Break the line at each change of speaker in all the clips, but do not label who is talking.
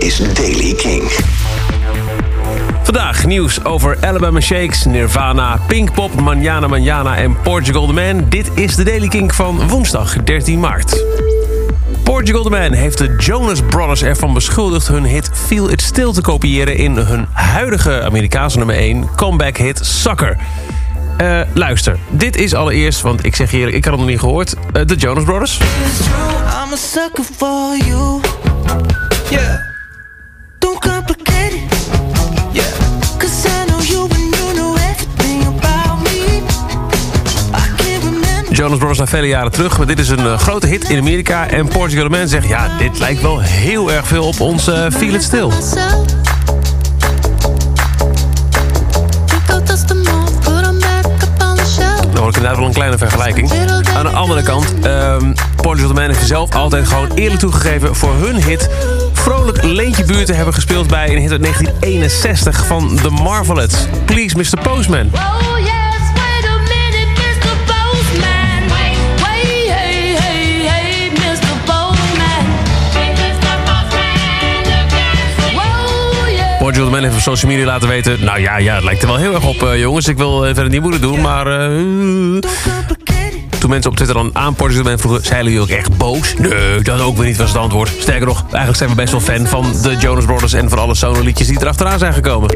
is Daily King.
Vandaag nieuws over Alabama Shakes, Nirvana, Pinkpop, Manana Manana en Portugal the Man. Dit is de Daily King van woensdag 13 maart. Portugal the Man heeft de Jonas Brothers ervan beschuldigd hun hit Feel It Still te kopiëren in hun huidige Amerikaanse nummer 1 comeback hit Sucker. Luister, dit is allereerst, want ik zeg je eerlijk, ik had het nog niet gehoord, de Jonas Brothers.
I'm a sucker for you. Yeah. Don't complicate it. Yeah. 'Cause I know you and you know everything about me. I can't remember.
Jonas Brothers naar vele jaren terug, maar dit is een grote hit in Amerika. En Portugal the Man zegt, ja, dit lijkt wel heel erg veel op ons Feel It Still. Dan hoor ik inderdaad wel een kleine vergelijking. Aan de andere kant, Portugal the Man heeft zelf altijd gewoon eerlijk toegegeven voor hun hit vrolijk Leentje Buurt te hebben gespeeld bij een hit uit 1961 van The Marvelettes. Please Mr. Postman.
Oh yes, wait a minute, Mr. Postman. Wait, hey, hey, hey, Mr. Postman. Mr. Postman, whoa, yeah.
Portugal the Man heeft op social media laten weten, nou ja, het lijkt er wel heel erg op, jongens. Ik wil verder niet moeilijk doen, maar toen mensen op Twitter dan aan Portugal the Man vroegen, zeiden jullie ook echt boos? Nee, dat ook weer niet was het antwoord. Sterker nog, eigenlijk zijn we best wel fan van de Jonas Brothers en van alle solo-liedjes die erachteraan zijn gekomen.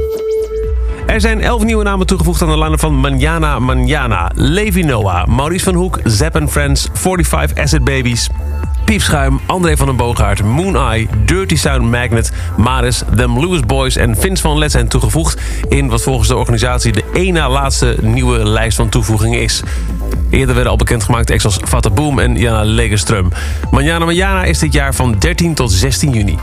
Er zijn 11 nieuwe namen toegevoegd aan de line van Manana Manana, Levi Noah, Maurice van Hoek, Zapp & Friends, 45 Acid Babies, Piepschuim, André van den Boogaard, Moon Eye, Dirty Sound Magnet, Maris, Them Lewis Boys en Vince van Let zijn toegevoegd in wat volgens de organisatie de één na laatste nieuwe lijst van toevoegingen is. Eerder werden al bekendgemaakt acts als Fata Boom en Jana Legerström. Manana Manana is dit jaar van 13 tot 16 juni.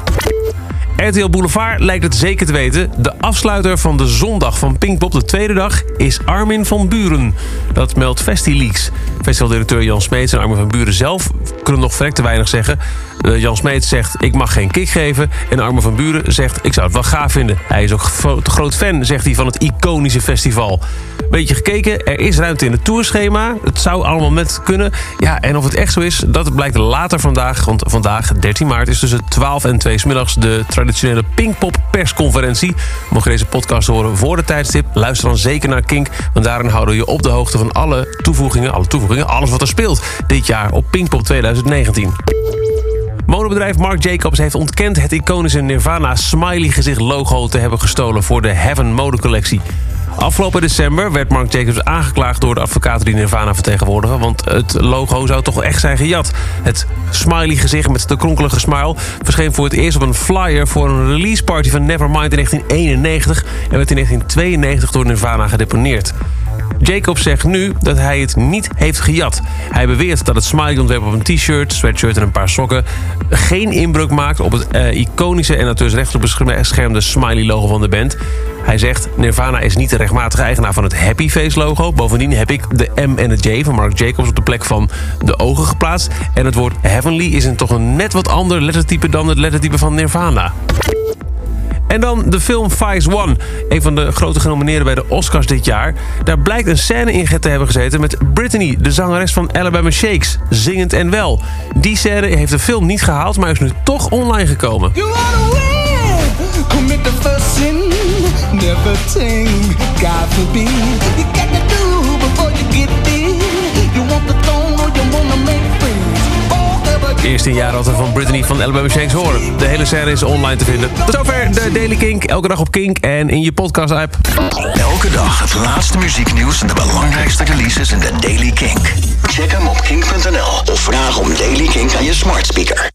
RTL Boulevard lijkt het zeker te weten. De afsluiter van de zondag van Pinkpop, de tweede dag, is Armin van Buuren. Dat meldt FestiLeaks. Festivaldirecteur Jan Smeets en Armin van Buuren zelf kunnen nog verrekt te weinig zeggen. Jan Smeets zegt, ik mag geen kick geven. En Armin van Buuren zegt, ik zou het wel gaaf vinden. Hij is ook groot fan, zegt hij, van het iconische festival. Beetje gekeken, er is ruimte in het tourschema. Het zou allemaal met kunnen. Ja, en of het echt zo is, dat blijkt later vandaag. Want vandaag, 13 maart, is tussen 12 en 2 's middags de traditionele Pinkpop persconferentie. Mocht je deze podcast horen voor de tijdstip, luister dan zeker naar Kink. Want daarin houden we je op de hoogte van alle toevoegingen, alles wat er speelt dit jaar op Pinkpop 2019. Modebedrijf Marc Jacobs heeft ontkend het iconische Nirvana smiley gezicht logo te hebben gestolen voor de Heaven modecollectie. Afgelopen december werd Marc Jacobs aangeklaagd door de advocaten die Nirvana vertegenwoordigen, want het logo zou toch echt zijn gejat. Het smiley gezicht met de kronkelige smile verscheen voor het eerst op een flyer voor een release party van Nevermind in 1991 en werd in 1992 door Nirvana gedeponeerd. Jacobs zegt nu dat hij het niet heeft gejat. Hij beweert dat het smiley-ontwerp op een t-shirt, sweatshirt en een paar sokken geen inbreuk maakt op het iconische en natuurlijk rechtop beschermde smiley-logo van de band. Hij zegt, Nirvana is niet de rechtmatige eigenaar van het Happy Face logo. Bovendien heb ik de M en de J van Marc Jacobs op de plek van de ogen geplaatst. En het woord Heavenly is toch een net wat ander lettertype dan het lettertype van Nirvana. En dan de film Phase One, een van de grote genomineerden bij de Oscars dit jaar. Daar blijkt een scène in te hebben gezeten met Brittany, de zangeres van Alabama Shakes, zingend en wel. Die scène heeft de film niet gehaald, maar is nu toch online gekomen.
You wanna win? Commit the first sin. Never think, God forbid. You got to do before you get there. You want the throne or you wanna make friends.
Eerst in jaar dat we van Brittany van Alabama Shakes horen. De hele scène is online te vinden. Tot zover de Daily Kink. Elke dag op Kink en in je podcast-app.
Elke dag het laatste muzieknieuws en de belangrijkste releases in de Daily Kink. Check hem op kink.nl of vraag om Daily Kink aan je smart speaker.